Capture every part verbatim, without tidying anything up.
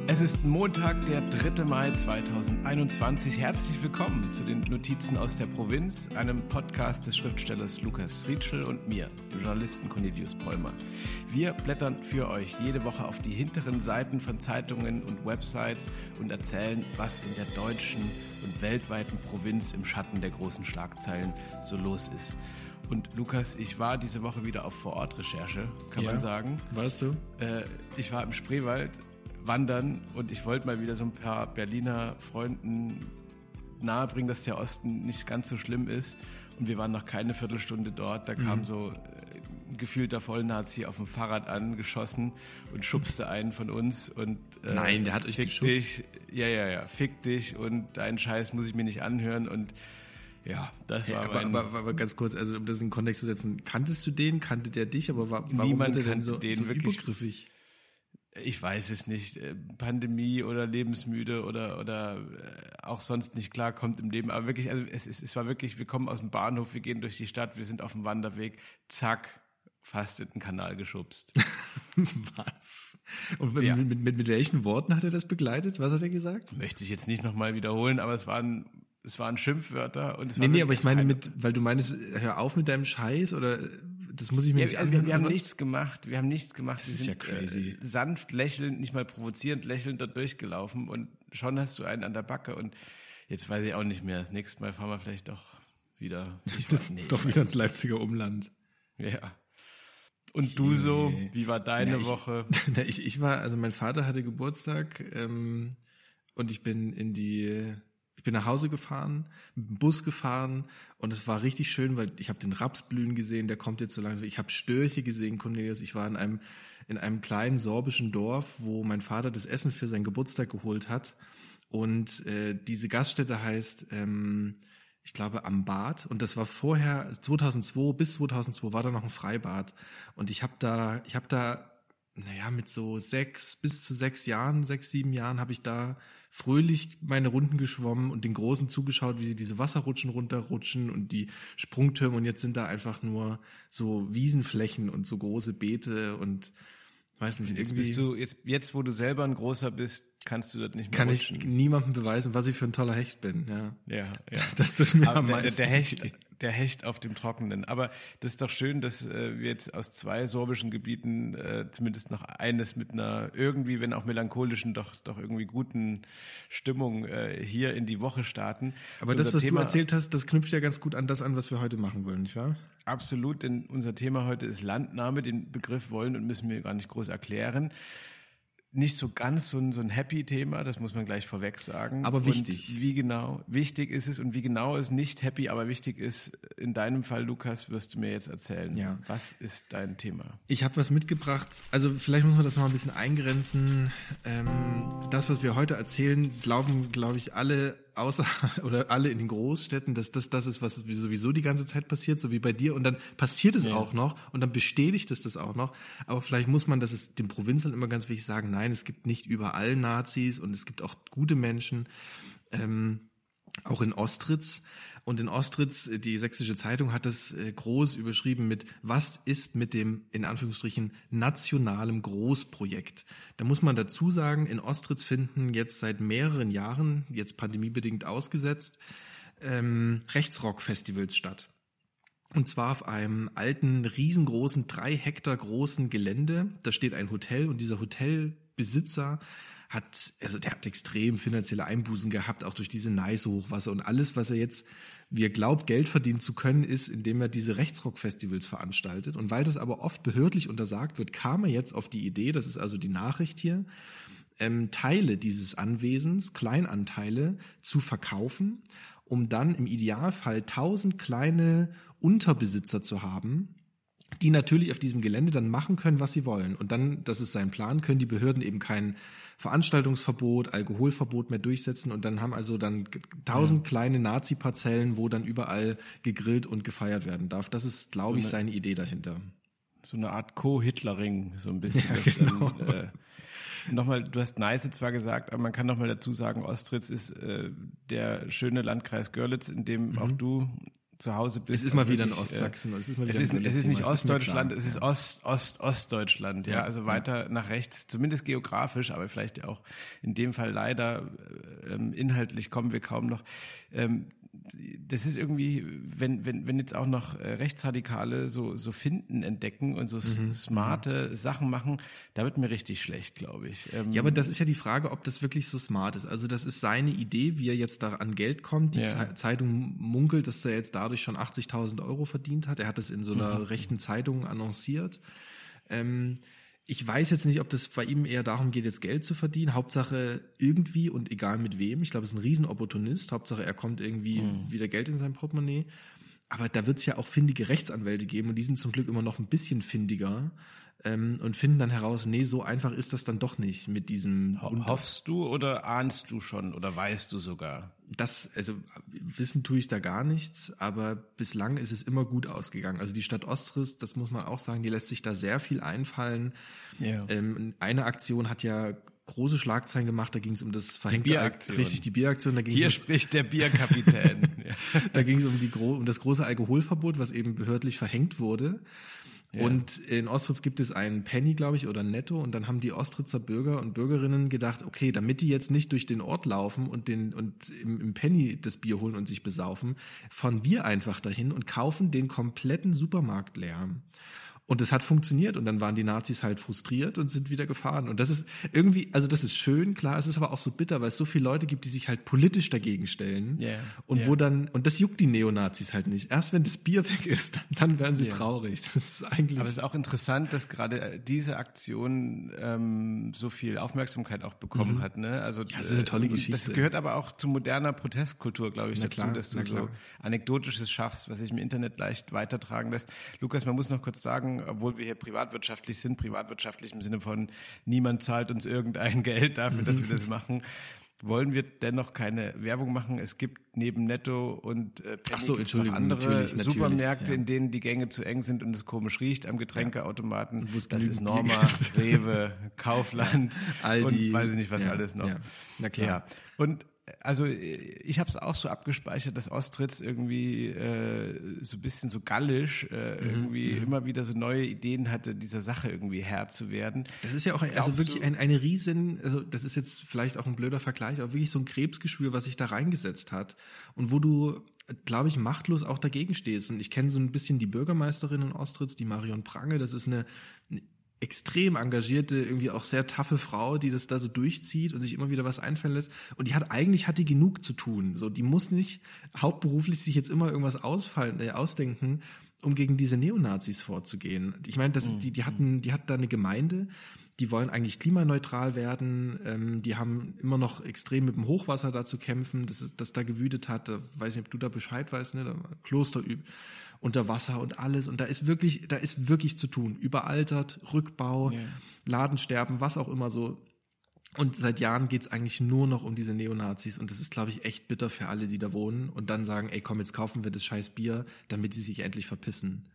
Es ist Montag, der dritte Mai zweitausendeinundzwanzig. Herzlich willkommen zu den Notizen aus der Provinz, einem Podcast des Schriftstellers Lukas Rietschel und mir, dem Journalisten Cornelius Pollmer. Wir blättern für euch jede Woche auf die hinteren Seiten von Zeitungen und Websites und erzählen, was in der deutschen und weltweiten Provinz im Schatten der großen Schlagzeilen so los ist. Und Lukas, ich war diese Woche wieder auf Vorortrecherche, kann ja, man sagen. Warst du? Äh, ich war im Spreewald wandern und ich wollte mal wieder so ein paar Berliner Freunden nahebringen, dass der Osten nicht ganz so schlimm ist. Und wir waren noch keine Viertelstunde dort. Da kam mhm. so ein gefühlter Vollnazi auf dem Fahrrad angeschossen und schubste einen von uns. Und äh, Nein, der hat euch fick geschubst? Dich. Ja, ja, ja, fick dich und deinen Scheiß muss ich mir nicht anhören. Und ja, das war ja, mein... Aber, aber, aber ganz kurz, also um das in den Kontext zu setzen, kanntest du den? Kannte der dich? Aber warum Niemand wurde denn so, so, den so wirklich übergriffig? Ich weiß es nicht. Pandemie oder lebensmüde oder oder auch sonst nicht klar kommt im Leben. Aber wirklich, also es, es, es war wirklich, wir kommen aus dem Bahnhof, wir gehen durch die Stadt, wir sind auf dem Wanderweg, zack, fast in den Kanal geschubst. Was? Und ja. mit, mit, mit welchen Worten hat er das begleitet? Was hat er gesagt? Möchte ich jetzt nicht nochmal wiederholen, aber es waren... Es waren Schimpfwörter und es nee, war nee, aber ich meine keine... mit, weil du meinst, hör auf mit deinem Scheiß oder das muss ich mir ja, nicht wir, anhören. Wir haben was? nichts gemacht, wir haben nichts gemacht. Das wir ist sind, ja crazy. Äh, sanft lächelnd, nicht mal provozierend lächelnd dort durchgelaufen und schon hast du einen an der Backe und jetzt weiß ich auch nicht mehr. Das nächste Mal fahren wir vielleicht doch wieder. Ich weiß, nee, doch wieder ins Leipziger Umland. Ja. Und du so, wie war deine na, ich, Woche? Na, ich, ich war, also mein Vater hatte Geburtstag ähm, und ich bin in die... Ich bin nach Hause gefahren, mit dem Bus gefahren und es war richtig schön, weil ich habe den Raps blühen gesehen, der kommt jetzt so langsam. Ich habe Störche gesehen, Cornelius. Ich war in einem in einem kleinen sorbischen Dorf, wo mein Vater das Essen für seinen Geburtstag geholt hat und äh, diese Gaststätte heißt, ähm, ich glaube, am Bad und das war vorher zweitausendzwei bis zweitausendzwei war da noch ein Freibad und ich habe da ich habe da naja, mit so sechs, bis zu sechs Jahren, sechs, sieben Jahren habe ich da fröhlich meine Runden geschwommen und den Großen zugeschaut, wie sie diese Wasserrutschen runterrutschen und die Sprungtürme und jetzt sind da einfach nur so Wiesenflächen und so große Beete und weiß nicht, jetzt irgendwie... Bist du, jetzt, jetzt, wo du selber ein Großer bist, kannst du das nicht mehr Kann rutschen. ich niemandem beweisen, was ich für ein toller Hecht bin, ja. Ja, ja. Das tut mir Aber am der, meisten. der Hecht, der Hecht auf dem Trockenen. Aber das ist doch schön, dass äh, wir jetzt aus zwei sorbischen Gebieten äh, zumindest noch eines mit einer irgendwie, wenn auch melancholischen, doch doch irgendwie guten Stimmung äh, hier in die Woche starten. Aber unser das, was Thema, du erzählt hast, das knüpft ja ganz gut an das an, was wir heute machen wollen, nicht wahr? Absolut, denn unser Thema heute ist Landnahme. Den Begriff wollen und müssen wir gar nicht groß erklären. Nicht so ganz so ein, so ein Happy-Thema, das muss man gleich vorweg sagen. Aber wichtig. Und wie genau, wichtig ist es und wie genau es nicht happy, aber wichtig ist, in deinem Fall, Lukas, wirst du mir jetzt erzählen. Ja. Was ist dein Thema? Ich habe was mitgebracht, also vielleicht muss man das noch mal ein bisschen eingrenzen. Ähm, das, was wir heute erzählen, glauben, glaube ich, alle außer oder alle in den Großstädten, dass das das ist, was sowieso die ganze Zeit passiert, so wie bei dir. Und dann passiert es ja auch noch und dann bestätigt es das auch noch. Aber vielleicht muss man, das ist den Provinzen immer ganz wichtig sagen, nein, es gibt nicht überall Nazis und es gibt auch gute Menschen, ähm, auch in Ostritz. Und in Ostritz, die Sächsische Zeitung hat das äh, groß überschrieben mit, was ist mit dem, in Anführungsstrichen, nationalem Großprojekt? Da muss man dazu sagen, in Ostritz finden jetzt seit mehreren Jahren, jetzt pandemiebedingt ausgesetzt, ähm, Rechtsrock-Festivals statt. Und zwar auf einem alten, riesengroßen, drei Hektar großen Gelände. Da steht ein Hotel und dieser Hotelbesitzer hat, also der hat extrem finanzielle Einbußen gehabt, auch durch diese Neiße-Hochwasser und alles, was er jetzt, wie er glaubt, Geld verdienen zu können, ist, indem er diese Rechtsrock-Festivals veranstaltet. Und weil das aber oft behördlich untersagt wird, kam er jetzt auf die Idee, das ist also die Nachricht hier, ähm, Teile dieses Anwesens, Kleinanteile, zu verkaufen, um dann im Idealfall tausend kleine Unterbesitzer zu haben, die natürlich auf diesem Gelände dann machen können, was sie wollen. Und dann, das ist sein Plan, können die Behörden eben kein Veranstaltungsverbot, Alkoholverbot mehr durchsetzen und dann haben also dann tausend ja. kleine Nazi-Parzellen, wo dann überall gegrillt und gefeiert werden darf. Das ist, glaube so ich, seine Idee dahinter. So eine Art Co-Hitler-Ring, so ein bisschen. Ja, genau. Dann, äh, nochmal, du hast Neiße zwar gesagt, aber man kann nochmal dazu sagen, Ostritz ist äh, der schöne Landkreis Görlitz, in dem mhm. auch du zu Hause bist. Es ist mal also wieder in wirklich, Ostsachsen. Äh, es ist, mal es wieder ist, es ist nicht Ostdeutschland, es ist ja. Ost, Ost, Ostdeutschland, ja, Ja, also ja. weiter nach rechts, zumindest geografisch, aber vielleicht auch in dem Fall leider ähm, inhaltlich kommen wir kaum noch. Ähm, das ist irgendwie, wenn, wenn, wenn jetzt auch noch äh, Rechtsradikale so, so Finden entdecken und so mhm. smarte mhm. Sachen machen, da wird mir richtig schlecht, glaube ich. Ähm, ja, aber das ist ja die Frage, ob das wirklich so smart ist. Also das ist seine Idee, wie er jetzt da an Geld kommt. Die ja. Zeitung munkelt, dass er jetzt dadurch schon achtzigtausend Euro verdient hat. Er hat es in so einer mhm. rechten Zeitung annonciert. Ähm, Ich weiß jetzt nicht, ob das bei ihm eher darum geht, jetzt Geld zu verdienen. Hauptsache irgendwie und egal mit wem. Ich glaube, es ist ein Riesenopportunist. Hauptsache, er kommt irgendwie mhm. wieder Geld in sein Portemonnaie. Aber da wird es ja auch findige Rechtsanwälte geben und die sind zum Glück immer noch ein bisschen findiger ähm, und finden dann heraus, nee, so einfach ist das dann doch nicht mit diesem... Ho- Hoffst du oder ahnst du schon oder weißt du sogar? Das, also wissen tue ich da gar nichts, aber bislang ist es immer gut ausgegangen. Also die Stadt Ostritz, das muss man auch sagen, die lässt sich da sehr viel einfallen. Ja. Ähm, eine Aktion hat ja große Schlagzeilen gemacht, da ging es um das verhängte... Bieraktion. Richtig, die Bieraktion. Da ging Hier es spricht der Bierkapitän. Da ging es um, die, um das große Alkoholverbot, was eben behördlich verhängt wurde. Ja. Und in Ostritz gibt es einen Penny, glaube ich, oder Netto. Und dann haben die Ostritzer Bürger und Bürgerinnen gedacht, okay, damit die jetzt nicht durch den Ort laufen und, den, und im, im Penny das Bier holen und sich besaufen, fahren wir einfach dahin und kaufen den kompletten Supermarkt leer. Und es hat funktioniert und dann waren die Nazis halt frustriert und sind wieder gefahren. Und das ist irgendwie, also das ist schön, klar, es ist aber auch so bitter, weil es so viele Leute gibt, die sich halt politisch dagegen stellen. Yeah, und yeah. wo dann, und das juckt die Neonazis halt nicht. Erst wenn das Bier weg ist, dann, dann werden sie yeah. traurig. Das ist eigentlich. Aber es ist auch interessant, dass gerade diese Aktion ähm, so viel Aufmerksamkeit auch bekommen mhm. hat. Ne? Also, ja, das ist eine tolle äh, Geschichte. Das gehört aber auch zu moderner Protestkultur, glaube ich, na dazu, klar, dass du so Anekdotisches schaffst, was sich im Internet leicht weitertragen lässt. Lukas, man muss noch kurz sagen, obwohl wir hier privatwirtschaftlich sind, privatwirtschaftlich im Sinne von niemand zahlt uns irgendein Geld dafür, dass wir das machen, wollen wir dennoch keine Werbung machen. Es gibt neben Netto und äh, Penny so, noch andere natürlich, Supermärkte, natürlich, ja. in denen die Gänge zu eng sind und es komisch riecht am Getränkeautomaten. Ja. Das ist Norma, Rewe, Kaufland, Aldi, und weiß ich nicht, was ja, alles noch. Ja. Na klar. Ja. Und also ich habe es auch so abgespeichert, dass Ostritz irgendwie äh, so ein bisschen so gallisch äh, mhm, irgendwie mhm. immer wieder so neue Ideen hatte, dieser Sache irgendwie Herr zu werden. Das ist ja auch ein, also wirklich ein, eine riesen, also das ist jetzt vielleicht auch ein blöder Vergleich, aber wirklich so ein Krebsgeschwür, was sich da reingesetzt hat und wo du, glaube ich, machtlos auch dagegen stehst. Und ich kenne so ein bisschen die Bürgermeisterin in Ostritz, die Marion Prange, das ist eine, eine extrem engagierte, irgendwie auch sehr taffe Frau, die das da so durchzieht und sich immer wieder was einfallen lässt. Und die hat eigentlich hat die genug zu tun. So, die muss nicht hauptberuflich sich jetzt immer irgendwas ausfallen, äh, ausdenken, um gegen diese Neonazis vorzugehen. Ich meine, das, die, die hatten, die hat da eine Gemeinde, die wollen eigentlich klimaneutral werden. Ähm, die haben immer noch extrem mit dem Hochwasser da zu kämpfen, das, ist, das da gewütet hat. Da weiß nicht, ob du da Bescheid weißt, ne? Da war Kloster unter Wasser und alles. Und da ist wirklich, da ist wirklich zu tun. Überaltert, Rückbau, yeah. Ladensterben, was auch immer so. Und seit Jahren geht's eigentlich nur noch um diese Neonazis. Und das ist, glaube ich, echt bitter für alle, die da wohnen. Und dann sagen, ey, komm, jetzt kaufen wir das scheiß Bier, damit die sich endlich verpissen.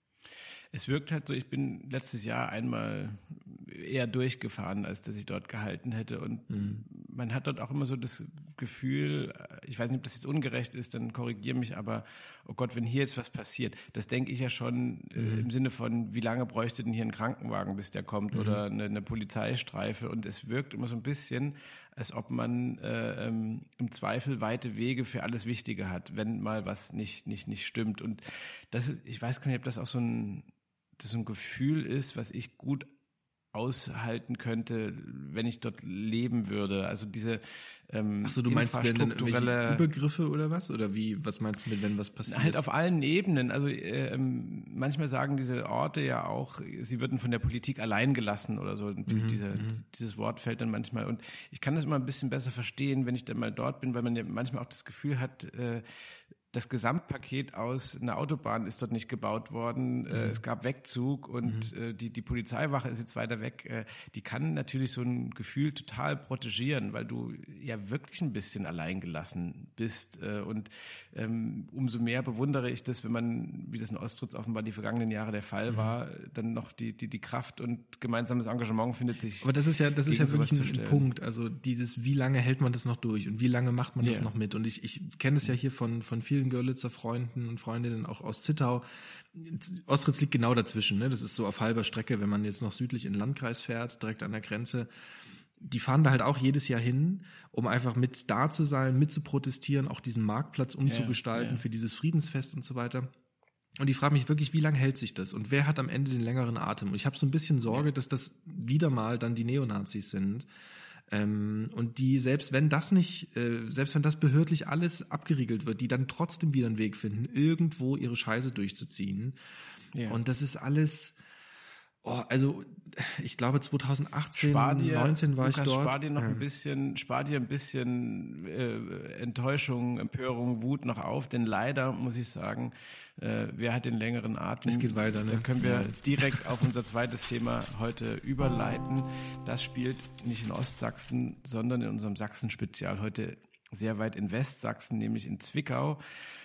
Es wirkt halt so, ich bin letztes Jahr einmal eher durchgefahren, als dass ich dort gehalten hätte. Und mhm. man hat dort auch immer so das Gefühl, ich weiß nicht, ob das jetzt ungerecht ist, dann korrigiere mich, aber oh Gott, wenn hier jetzt was passiert, das denke ich ja schon mhm. äh, im Sinne von, wie lange bräuchte denn hier ein Krankenwagen, bis der kommt mhm. oder eine, eine Polizeistreife. Und es wirkt immer so ein bisschen, als ob man äh, ähm, im Zweifel weite Wege für alles Wichtige hat, wenn mal was nicht, nicht, nicht stimmt. Und das ist, ich weiß gar nicht, ob das auch so ein das so ein Gefühl ist, was ich gut aushalten könnte, wenn ich dort leben würde. Also diese ähm, Ach so, du meinst, wenn dann irgendwelche Übergriffe oder was? Oder wie, was meinst du mit, wenn was passiert? Halt auf allen Ebenen. Also ähm, manchmal sagen diese Orte ja auch, sie würden von der Politik allein gelassen oder so. Und mhm, diese, mhm. dieses Wort fällt dann manchmal. Und ich kann das immer ein bisschen besser verstehen, wenn ich dann mal dort bin, weil man ja manchmal auch das Gefühl hat, äh, das Gesamtpaket aus einer Autobahn ist dort nicht gebaut worden. Mhm. Es gab Wegzug und mhm. die, die Polizeiwache ist jetzt weiter weg. Die kann natürlich so ein Gefühl total protegieren, weil du ja wirklich ein bisschen alleingelassen bist. Und ähm, umso mehr bewundere ich das, wenn man, wie das in Ostritz offenbar die vergangenen Jahre der Fall war, mhm. dann noch die, die, die Kraft und gemeinsames Engagement findet sich. Aber das ist ja, das ist ja wirklich ein, ein Punkt. Also dieses, wie lange hält man das noch durch und wie lange macht man yeah. das noch mit? Und ich, ich kenne es ja hier von, von vielen vielen Görlitzer Freunden und Freundinnen, auch aus Zittau. Ostritz liegt genau dazwischen, ne? Das ist so auf halber Strecke, wenn man jetzt noch südlich in den Landkreis fährt, direkt an der Grenze. Die fahren da halt auch jedes Jahr hin, um einfach mit da zu sein, mit zu protestieren, auch diesen Marktplatz umzugestalten ja, ja. für dieses Friedensfest und so weiter. Und ich frage mich wirklich, wie lange hält sich das? Und wer hat am Ende den längeren Atem? Und ich habe so ein bisschen Sorge, ja. dass das wieder mal dann die Neonazis sind. Ähm, und die, selbst wenn das nicht, äh, selbst wenn das behördlich alles abgeriegelt wird, die dann trotzdem wieder einen Weg finden, irgendwo ihre Scheiße durchzuziehen. Ja. Und das ist alles... Oh, also ich glaube zweitausendachtzehn, neunzehn war Lukas, ich dort. Spar dir noch ja. ein bisschen, spar dir ein bisschen äh, Enttäuschung, Empörung, Wut noch auf, denn leider muss ich sagen, äh, wer hat den längeren Atem? Es geht weiter, ne? Da können wir ja. direkt auf unser zweites Thema heute überleiten. Das spielt nicht in Ostsachsen, sondern in unserem Sachsen-Spezial heute sehr weit in Westsachsen, nämlich in Zwickau,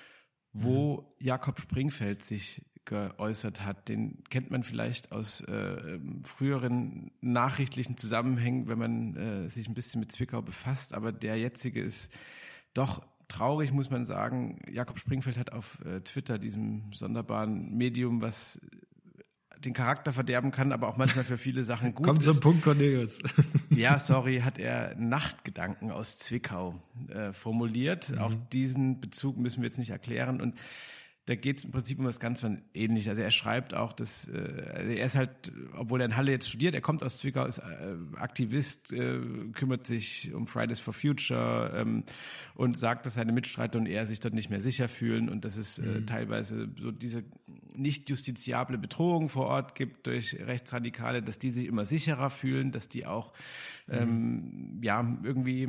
wo mhm. Jakob Springfeld sich geäußert hat. Den kennt man vielleicht aus äh, früheren nachrichtlichen Zusammenhängen, wenn man äh, sich ein bisschen mit Zwickau befasst. Aber der jetzige ist doch traurig, muss man sagen. Jakob Springfeld hat auf äh, Twitter, diesem sonderbaren Medium, was den Charakter verderben kann, aber auch manchmal für viele Sachen gut Kommt ist. zum Punkt, Cornelius. Ja, sorry, hat er Nachtgedanken aus Zwickau äh, formuliert. Mhm. Auch diesen Bezug müssen wir jetzt nicht erklären. Und da geht es im Prinzip um das Ganze ähnlich. Also er schreibt auch, dass äh, also er ist halt, obwohl er in Halle jetzt studiert, er kommt aus Zwickau, ist äh, Aktivist, äh, kümmert sich um Fridays for Future ähm, und sagt, dass seine Mitstreiter und er sich dort nicht mehr sicher fühlen und dass es äh, mhm. teilweise so diese nicht justiziable Bedrohung vor Ort gibt durch Rechtsradikale, dass die sich immer sicherer fühlen, dass die auch ähm, ja irgendwie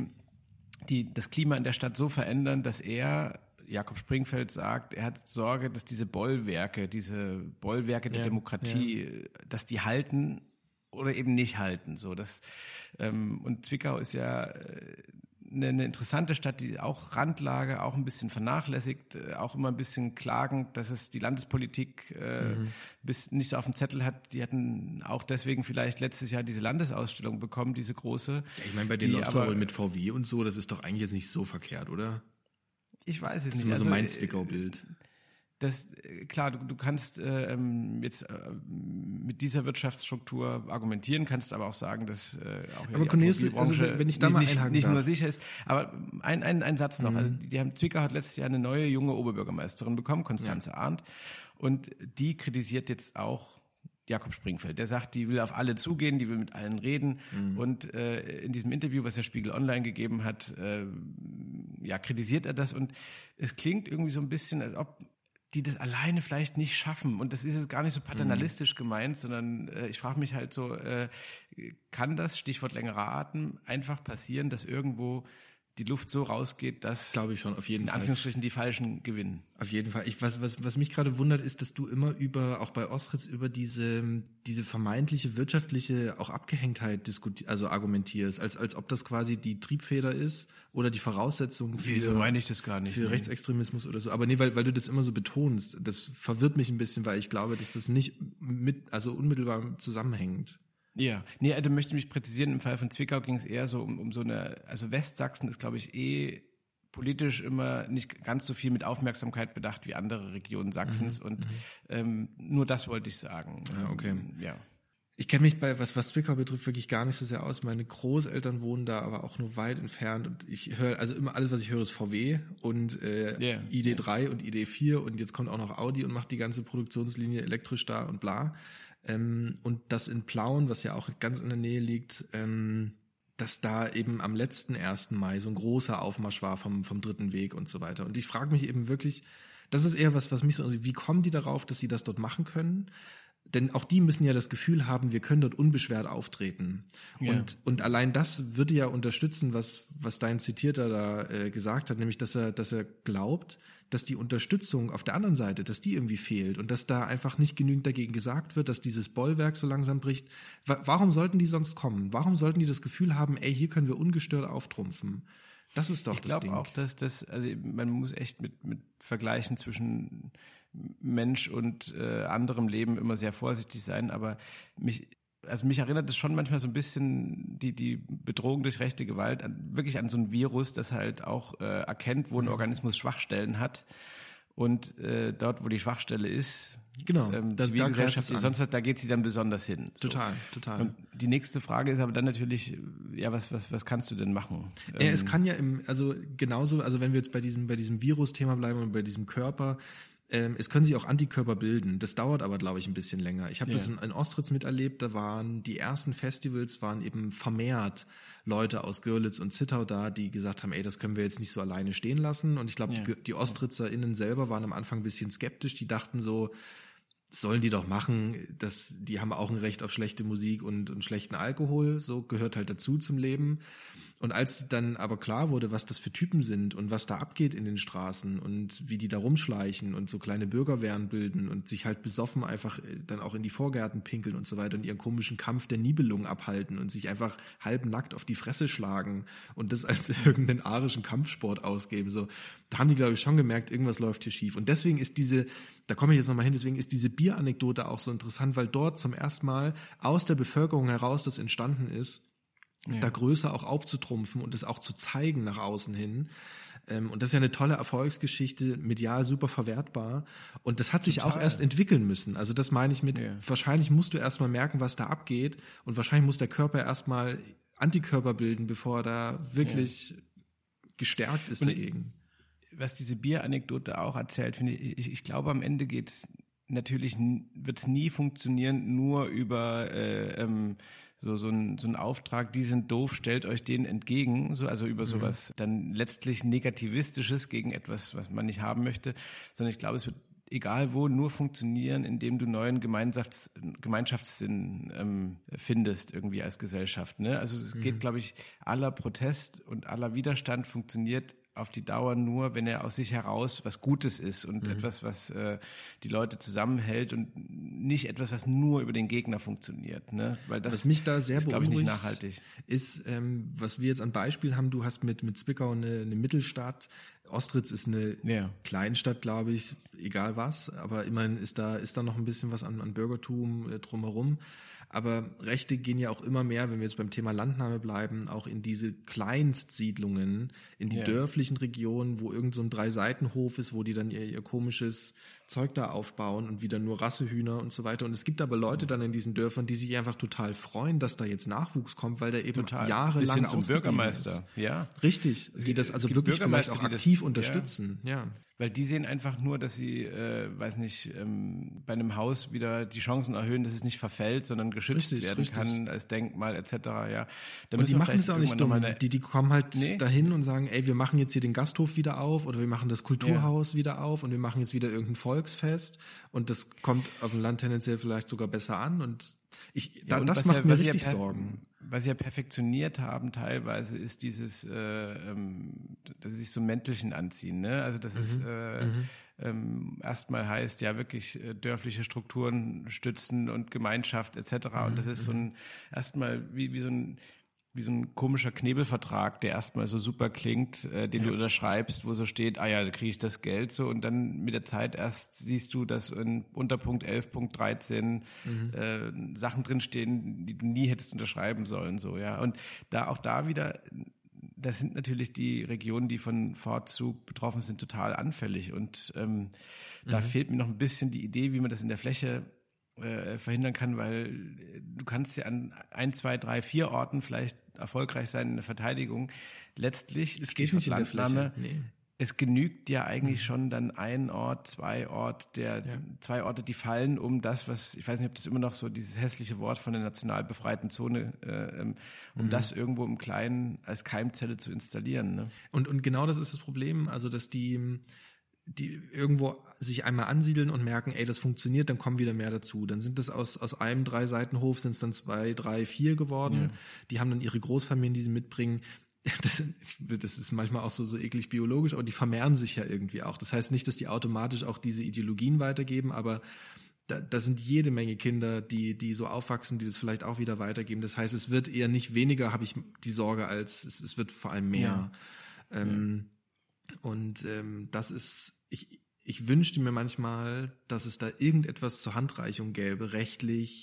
die das Klima in der Stadt so verändern, dass er Jakob Springfeld sagt, er hat Sorge, dass diese Bollwerke, diese Bollwerke der ja, Demokratie, ja. dass die halten oder eben nicht halten. So, das, ähm, und Zwickau ist ja eine, eine interessante Stadt, die auch Randlage, auch ein bisschen vernachlässigt, auch immer ein bisschen klagend, dass es die Landespolitik äh, mhm. bis nicht so auf dem Zettel hat. Die hatten auch deswegen vielleicht letztes Jahr diese Landesausstellung bekommen, diese große. Ja, ich meine, bei den Lost mit V W und so, das ist doch eigentlich jetzt nicht so verkehrt, oder? Ich weiß es das nicht. Das ist immer also, so mein Zwickau-Bild. Das, klar, du, du kannst ähm, jetzt äh, mit dieser Wirtschaftsstruktur argumentieren, kannst aber auch sagen, dass äh, auch aber Cornelius, also wenn ich da mal nicht, einhaken nicht darf. nur sicher ist. Aber ein, ein, ein Satz noch. Mhm. Also die haben, Zwickau hat letztes Jahr eine neue junge Oberbürgermeisterin bekommen, Konstanze ja. Arndt, und die kritisiert jetzt auch Jakob Springfeld. Der sagt, die will auf alle zugehen, die will mit allen reden. Mhm. Und äh, in diesem Interview, was der Spiegel Online gegeben hat, äh, ja, kritisiert er das. Und es klingt irgendwie so ein bisschen, als ob die das alleine vielleicht nicht schaffen. Und das ist jetzt gar nicht so paternalistisch mhm. gemeint, sondern äh, ich frage mich halt so, äh, kann das, Stichwort längerer Atem, einfach passieren, dass irgendwo die Luft so rausgeht, dass, glaube ich schon, auf jeden in Fall. Anführungsstrichen die Falschen gewinnen. Auf jeden Fall. Ich, was, was, was mich gerade wundert, ist, dass du immer über, auch bei Ostritz, über diese, diese vermeintliche wirtschaftliche auch Abgehängtheit diskuti- also argumentierst, als, als ob das quasi die Triebfeder ist oder die Voraussetzung für, nee, so meine ich das gar nicht, für nee. Rechtsextremismus oder so. Aber nee, weil, weil du das immer so betonst. Das verwirrt mich ein bisschen, weil ich glaube, dass das nicht mit, also unmittelbar zusammenhängt. Ja, nee, also möchte ich mich präzisieren, im Fall von Zwickau ging es eher so um, um so eine, also Westsachsen ist, glaube ich, eh politisch immer nicht ganz so viel mit Aufmerksamkeit bedacht wie andere Regionen Sachsens mhm, und ähm, nur das wollte ich sagen. Ja, okay. Ähm, ja. Ich kenne mich bei, was, was Zwickau betrifft, wirklich gar nicht so sehr aus. Meine Großeltern wohnen da, aber auch nur weit entfernt und ich höre, also immer alles, was ich höre, ist V W und äh, yeah, I D drei yeah. und I D vier und jetzt kommt auch noch Audi und macht die ganze Produktionslinie elektrisch da und bla. Ähm, und das in Plauen, was ja auch ganz in der Nähe liegt, ähm, dass da eben am letzten ersten Mai so ein großer Aufmarsch war vom, vom dritten Weg und so weiter. Und ich frage mich eben wirklich, das ist eher was, was mich so, wie kommen die darauf, dass sie das dort machen können? Denn auch die müssen ja das Gefühl haben, wir können dort unbeschwert auftreten. Ja. Und, und allein das würde ja unterstützen, was, was dein Zitierter da äh, gesagt hat, nämlich, dass er, dass er glaubt, dass die Unterstützung auf der anderen Seite, dass die irgendwie fehlt und dass da einfach nicht genügend dagegen gesagt wird, dass dieses Bollwerk so langsam bricht. Wa- warum sollten die sonst kommen? Warum sollten die das Gefühl haben, ey, hier können wir ungestört auftrumpfen? Das ist doch ich das Ding. Ich glaube auch, dass das, also man muss echt mit, mit Vergleichen zwischen Mensch und äh, anderem Leben immer sehr vorsichtig sein, aber mich also mich erinnert es schon manchmal so ein bisschen die, die Bedrohung durch rechte Gewalt an, wirklich an so ein Virus, das halt auch äh, erkennt, wo ein Organismus Schwachstellen hat und äh, dort, wo die Schwachstelle ist, genau, ähm, das, Zivilgesellschaft, da sonst was, da geht sie dann besonders hin. So. Total, total. Und die nächste Frage ist aber dann natürlich, ja, was, was, was kannst du denn machen? Ja, ähm, es kann ja im, also genauso, also wenn wir jetzt bei diesem, bei diesem Virus-Thema bleiben und bei diesem Körper, Ähm, es können sich auch Antikörper bilden. Das dauert aber, glaube ich, ein bisschen länger. Ich habe ja. das in, in Ostritz miterlebt. Da waren die ersten Festivals, waren eben vermehrt Leute aus Görlitz und Zittau da, die gesagt haben, ey, das können wir jetzt nicht so alleine stehen lassen. Und ich glaube, ja. die, die OstritzerInnen selber waren am Anfang ein bisschen skeptisch. Die dachten so, sollen die doch machen, das, die haben auch ein Recht auf schlechte Musik und, und schlechten Alkohol, so gehört halt dazu zum Leben. Und als dann aber klar wurde, was das für Typen sind und was da abgeht in den Straßen und wie die da rumschleichen und so kleine Bürgerwehren bilden und sich halt besoffen einfach dann auch in die Vorgärten pinkeln und so weiter und ihren komischen Kampf der Nibelung abhalten und sich einfach halbnackt auf die Fresse schlagen und das als irgendeinen arischen Kampfsport ausgeben, so, da haben die, glaube ich, schon gemerkt, irgendwas läuft hier schief. Und deswegen ist diese, da komme ich jetzt nochmal hin, deswegen ist diese Bieranekdote auch so interessant, weil dort zum ersten Mal aus der Bevölkerung heraus das entstanden ist, ja. da größer auch aufzutrumpfen und es auch zu zeigen nach außen hin. Und das ist ja eine tolle Erfolgsgeschichte, medial super verwertbar. Und das hat sich Total. auch erst entwickeln müssen. Also das meine ich mit, ja. wahrscheinlich musst du erst mal merken, was da abgeht. Und wahrscheinlich muss der Körper erst mal Antikörper bilden, bevor er da wirklich ja. gestärkt ist und dagegen. Was diese Bieranekdote auch erzählt, finde ich, ich, ich glaube, am Ende geht es natürlich, wird es nie funktionieren, nur über äh, ähm, so, so, ein, so ein Auftrag, die sind doof, stellt euch denen entgegen, so, also über sowas dann letztlich Negativistisches gegen etwas, was man nicht haben möchte, sondern ich glaube, es wird egal wo nur funktionieren, indem du neuen Gemeinschafts- Gemeinschaftssinn ähm, findest irgendwie als Gesellschaft. Ne? Also es mhm. geht, glaube ich, aller Protest und aller Widerstand funktioniert auf die Dauer nur, wenn er aus sich heraus was Gutes ist und mhm. etwas, was äh, die Leute zusammenhält und nicht etwas, was nur über den Gegner funktioniert. Ne? Weil das was mich da sehr ist, glaube ich, nicht nachhaltig. Ist, ähm, was wir jetzt an Beispielen haben, du hast mit, mit Zwickau eine, eine Mittelstadt, Ostritz ist eine ja. Kleinstadt, glaube ich, egal was, aber immerhin ist da, ist da noch ein bisschen was an, an Bürgertum äh, drumherum. Aber Rechte gehen ja auch immer mehr, wenn wir jetzt beim Thema Landnahme bleiben, auch in diese Kleinstsiedlungen, in die ja. dörflichen Regionen, wo irgend so ein Drei-Seiten-Hof ist, wo die dann ihr, ihr komisches Zeug da aufbauen und wieder nur Rassehühner und so weiter. Und es gibt aber Leute dann in diesen Dörfern, die sich einfach total freuen, dass da jetzt Nachwuchs kommt, weil der eben total. jahrelang Bis hin zum Bürgermeister. Ist. Ja. Richtig, die das also wirklich vielleicht auch aktiv das, unterstützen. Ja. ja. Weil die sehen einfach nur, dass sie, äh, weiß nicht, ähm, bei einem Haus wieder die Chancen erhöhen, dass es nicht verfällt, sondern geschützt richtig, werden richtig. kann als Denkmal et cetera. Ja. Da und die machen es auch nicht dumm. Eine, die, die kommen halt nee. dahin und sagen, ey, wir machen jetzt hier den Gasthof wieder auf oder wir machen das Kulturhaus ja. wieder auf und wir machen jetzt wieder irgendein Volksfest und das kommt auf dem Land tendenziell vielleicht sogar besser an und ich, ja, da, und das macht ja, mir richtig ja Sorgen. Was sie ja perfektioniert haben teilweise ist dieses, äh, ähm, dass sie sich so Mäntelchen anziehen. Ne? Also dass mhm. es äh, mhm. ähm, erstmal heißt, ja wirklich äh, dörfliche Strukturen stützen und Gemeinschaft et cetera. Mhm. Und das ist so ein erstmal wie, wie so ein wie so ein komischer Knebelvertrag, der erstmal so super klingt, äh, den ja. du unterschreibst, wo so steht, ah ja, da kriege ich das Geld so und dann mit der Zeit erst siehst du, dass in unter Punkt elf, Punkt dreizehn mhm. äh, Sachen drinstehen, die du nie hättest unterschreiben sollen, so, ja. Und da auch da wieder, das sind natürlich die Regionen, die von Fortzug betroffen sind, total anfällig und ähm, mhm. da fehlt mir noch ein bisschen die Idee, wie man das in der Fläche äh, verhindern kann, weil du kannst ja an ein, zwei, drei, vier Orten vielleicht erfolgreich sein in der Verteidigung. Letztlich, es geht nicht in der Fläche. Nee. Es genügt ja eigentlich mhm. schon dann ein Ort, zwei Ort, der ja. zwei Orte, die fallen, um das, was, ich weiß nicht, ob das immer noch so dieses hässliche Wort von der national befreiten Zone, äh, um mhm. das irgendwo im Kleinen als Keimzelle zu installieren. Ne? Und, und genau das ist das Problem, also dass die die irgendwo sich einmal ansiedeln und merken, ey, das funktioniert, dann kommen wieder mehr dazu. Dann sind das aus, aus einem Drei-Seiten-Hof sind es dann zwei, drei, vier geworden. Ja. Die haben dann ihre Großfamilien, die sie mitbringen. Das, das ist manchmal auch so, so eklig biologisch, aber die vermehren sich ja irgendwie auch. Das heißt nicht, dass die automatisch auch diese Ideologien weitergeben, aber da, da sind jede Menge Kinder, die, die so aufwachsen, die das vielleicht auch wieder weitergeben. Das heißt, es wird eher nicht weniger, habe ich die Sorge, als es, es wird vor allem mehr. Ja. Ähm, ja. Und ähm, das ist, ich, ich wünschte mir manchmal, dass es da irgendetwas zur Handreichung gäbe, rechtlich,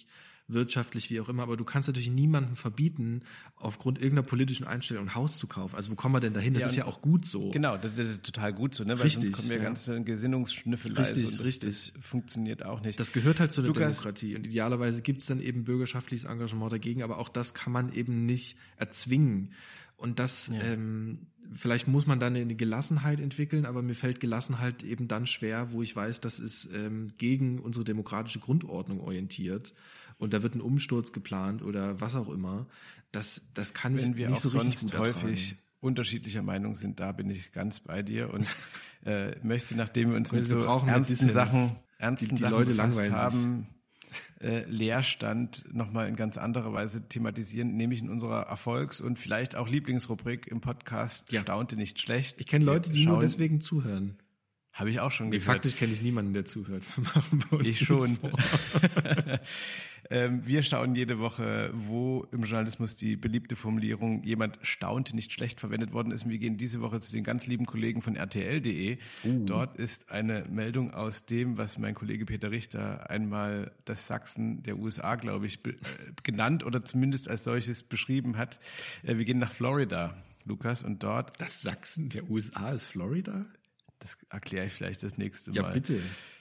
wirtschaftlich, wie auch immer, aber du kannst natürlich niemandem verbieten, aufgrund irgendeiner politischen Einstellung ein Haus zu kaufen. Also wo kommen wir denn dahin? Das Ja, ist ja auch gut so. Genau, das, das ist total gut so, ne? Weil Richtig, sonst kommen ja, ja. ganze Gesinnungsschnüffelei. Richtig, so, und das, richtig. Das funktioniert auch nicht. Das gehört halt zu der Lukas, Demokratie und idealerweise gibt es dann eben bürgerschaftliches Engagement dagegen, aber auch das kann man eben nicht erzwingen. Und das, ja. ähm, vielleicht muss man dann eine Gelassenheit entwickeln, aber mir fällt Gelassenheit eben dann schwer, wo ich weiß, das ist ähm, gegen unsere demokratische Grundordnung orientiert und da wird ein Umsturz geplant oder was auch immer. Das, das kann ich Wenn wir nicht auch so richtig sonst gut häufig ertragen. unterschiedlicher Meinung sind, da bin ich ganz bei dir und äh, möchte, nachdem wir uns mit wir so brauchen ernsten Dissens. Sachen, ernsten die, die Sachen Leute befasst langweilen haben, äh, Leerstand nochmal in ganz anderer Weise thematisieren, nämlich in unserer Erfolgs- und vielleicht auch Lieblingsrubrik im Podcast Ja. Staunte nicht schlecht. Ich kenne Leute, die Wir nur schauen- deswegen zuhören. Habe ich auch schon Nee, gehört. faktisch kenne ich niemanden, der zuhört. Machen wir uns Ich nichts schon. vor. ähm, wir schauen jede Woche, wo im Journalismus die beliebte Formulierung "jemand staunte nicht schlecht" verwendet worden ist. Und wir gehen diese Woche zu den ganz lieben Kollegen von R T L Punkt de. Uh. Dort ist eine Meldung aus dem, was mein Kollege Peter Richter einmal das Sachsen der U S A, glaube ich, be- äh, genannt oder zumindest als solches beschrieben hat. Äh, wir gehen nach Florida, Lukas, und dort, Das Sachsen der U S A ist Florida? das erkläre ich vielleicht das nächste Ja, Mal. bitte.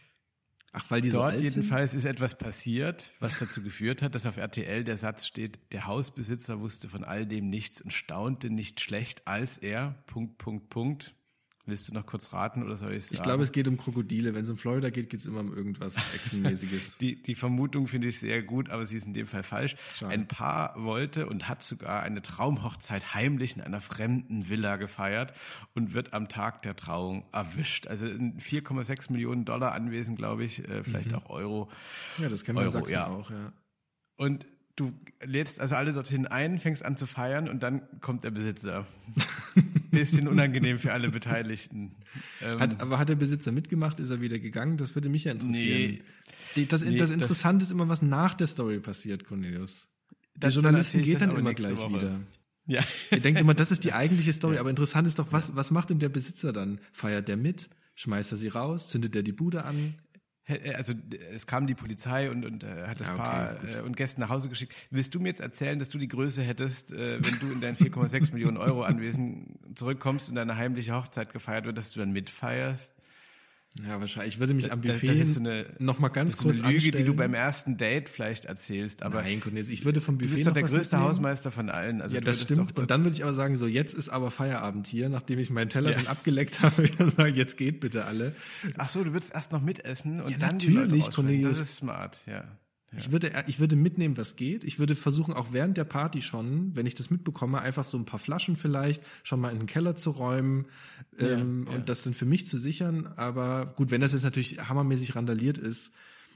Ach, weil die so Dort alt sind? jedenfalls ist etwas passiert, was dazu geführt hat, dass auf R T L der Satz steht: Der Hausbesitzer wusste von all dem nichts und staunte nicht schlecht, als er, Punkt, Punkt, Punkt. Willst du noch kurz raten oder soll ich es sagen? Ich glaube, es geht um Krokodile. Wenn es um Florida geht, geht es immer um irgendwas Echsenmäßiges. Die, die Vermutung finde ich sehr gut, aber sie ist in dem Fall falsch. Schade. Ein Paar wollte und hat sogar eine Traumhochzeit heimlich in einer fremden Villa gefeiert und wird am Tag der Trauung erwischt. Also ein vier Komma sechs Millionen Dollar Anwesen, glaube ich, äh, vielleicht Mhm. auch Euro. Ja, das kennen wir in Euro, Sachsen ja. auch, ja. Und du lädst also alle dorthin ein, fängst an zu feiern und dann kommt der Besitzer. Bisschen unangenehm für alle Beteiligten. Ähm, Hat, aber hat der Besitzer mitgemacht? Ist er wieder gegangen? Das würde mich ja interessieren. Nee. Die, das, Nee, das das- Interessante ist immer, was nach der Story passiert, Cornelius. Der Das- Journalisten dann erzähl ich geht das dann aber immer nächste gleich Woche. wieder. ja. Ihr denkt immer, das ist die eigentliche Story, aber interessant ist doch, was, was macht denn der Besitzer dann? Feiert der mit? Schmeißt er sie raus? Zündet er die Bude an? Also es kam die Polizei und, und äh, hat das Ja, okay, Paar gut. äh, und Gäste nach Hause geschickt. Willst du mir jetzt erzählen, dass du die Größe hättest, äh, wenn du in dein vier Komma sechs Millionen Euro Anwesen zurückkommst und deine heimliche Hochzeit gefeiert wird, dass du dann mitfeierst? Ja, wahrscheinlich. Ich würde mich am Das- Buffet das ist hin so eine- noch mal ganz Das ist kurz eine Lüge, anstellen. die du beim ersten Date vielleicht erzählst, aber Nein, Cornelius, ich würde vom du Buffet bist doch noch der was größte mitnehmen. Hausmeister von allen. Also Ja, du das würdest stimmt. doch- Und dann würde ich aber sagen, so, jetzt ist aber Feierabend hier, nachdem ich meinen Teller Ja. dann abgeleckt habe, würde ich sagen, jetzt geht bitte alle. Ach so, du würdest erst noch mitessen und Ja, dann die natürlich, Leute rausschmeißen. Cornelius. Das ist smart, ja. Ja. Ich würde, ich würde mitnehmen, was geht. Ich würde versuchen, auch während der Party schon, wenn ich das mitbekomme, einfach so ein paar Flaschen vielleicht schon mal in den Keller zu räumen ähm, ja. und das dann für mich zu sichern. Aber gut, wenn das jetzt natürlich hammermäßig randaliert ist,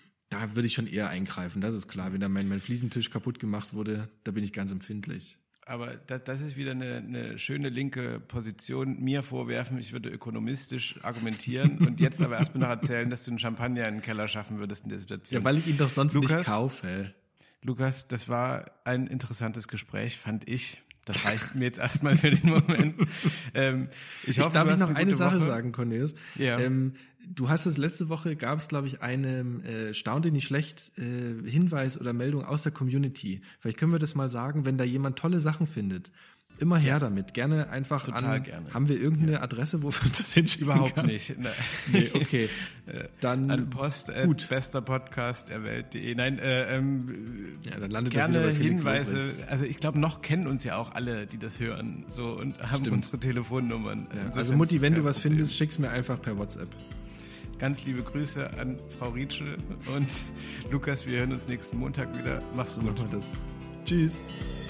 da würde ich schon eher eingreifen. Das ist klar. Wenn da mein, mein Fliesentisch kaputt gemacht wurde, da bin ich ganz empfindlich. Aber das, das ist wieder eine, eine schöne linke Position. Mir vorwerfen, ich würde ökonomistisch argumentieren und jetzt aber erstmal noch erzählen, dass du einen Champagner in den Keller schaffen würdest in der Situation. Ja, weil ich ihn doch sonst Lukas? nicht kaufe. Lukas, das war ein interessantes Gespräch, fand ich. Das reicht mir jetzt erstmal für den Moment. Ähm, ich Ich hoffe, darf du ich hast noch eine eine gute Sache Woche. sagen, Cornelius. Ja. Ähm, du hast es letzte Woche, gab es, glaube ich, einen äh, staunte nicht schlecht äh, Hinweis oder Meldung aus der Community. Vielleicht können wir das mal sagen, wenn da jemand tolle Sachen findet. Immer her damit. Gerne einfach Total an. gerne. Haben wir irgendeine Adresse, wo wir das hinschicken Überhaupt kann? nicht. Ne. Nee, okay. Dann An Post at gut. bester Podcast der Welt punkt de. Nein, äh, ähm, Ja, dann landet das wieder gerne bei Felix Hinweise. Lobrecht. Also ich glaube, noch kennen uns ja auch alle, die das hören, so und haben Stimmt. unsere Telefonnummern. Ja, Insofern also Mutti, ist wenn kein du was Problem. findest, schick's mir einfach per WhatsApp. Ganz liebe Grüße an Frau Rietschel und Lukas. Wir hören uns nächsten Montag wieder. Mach's So gut. machen wir das. Tschüss.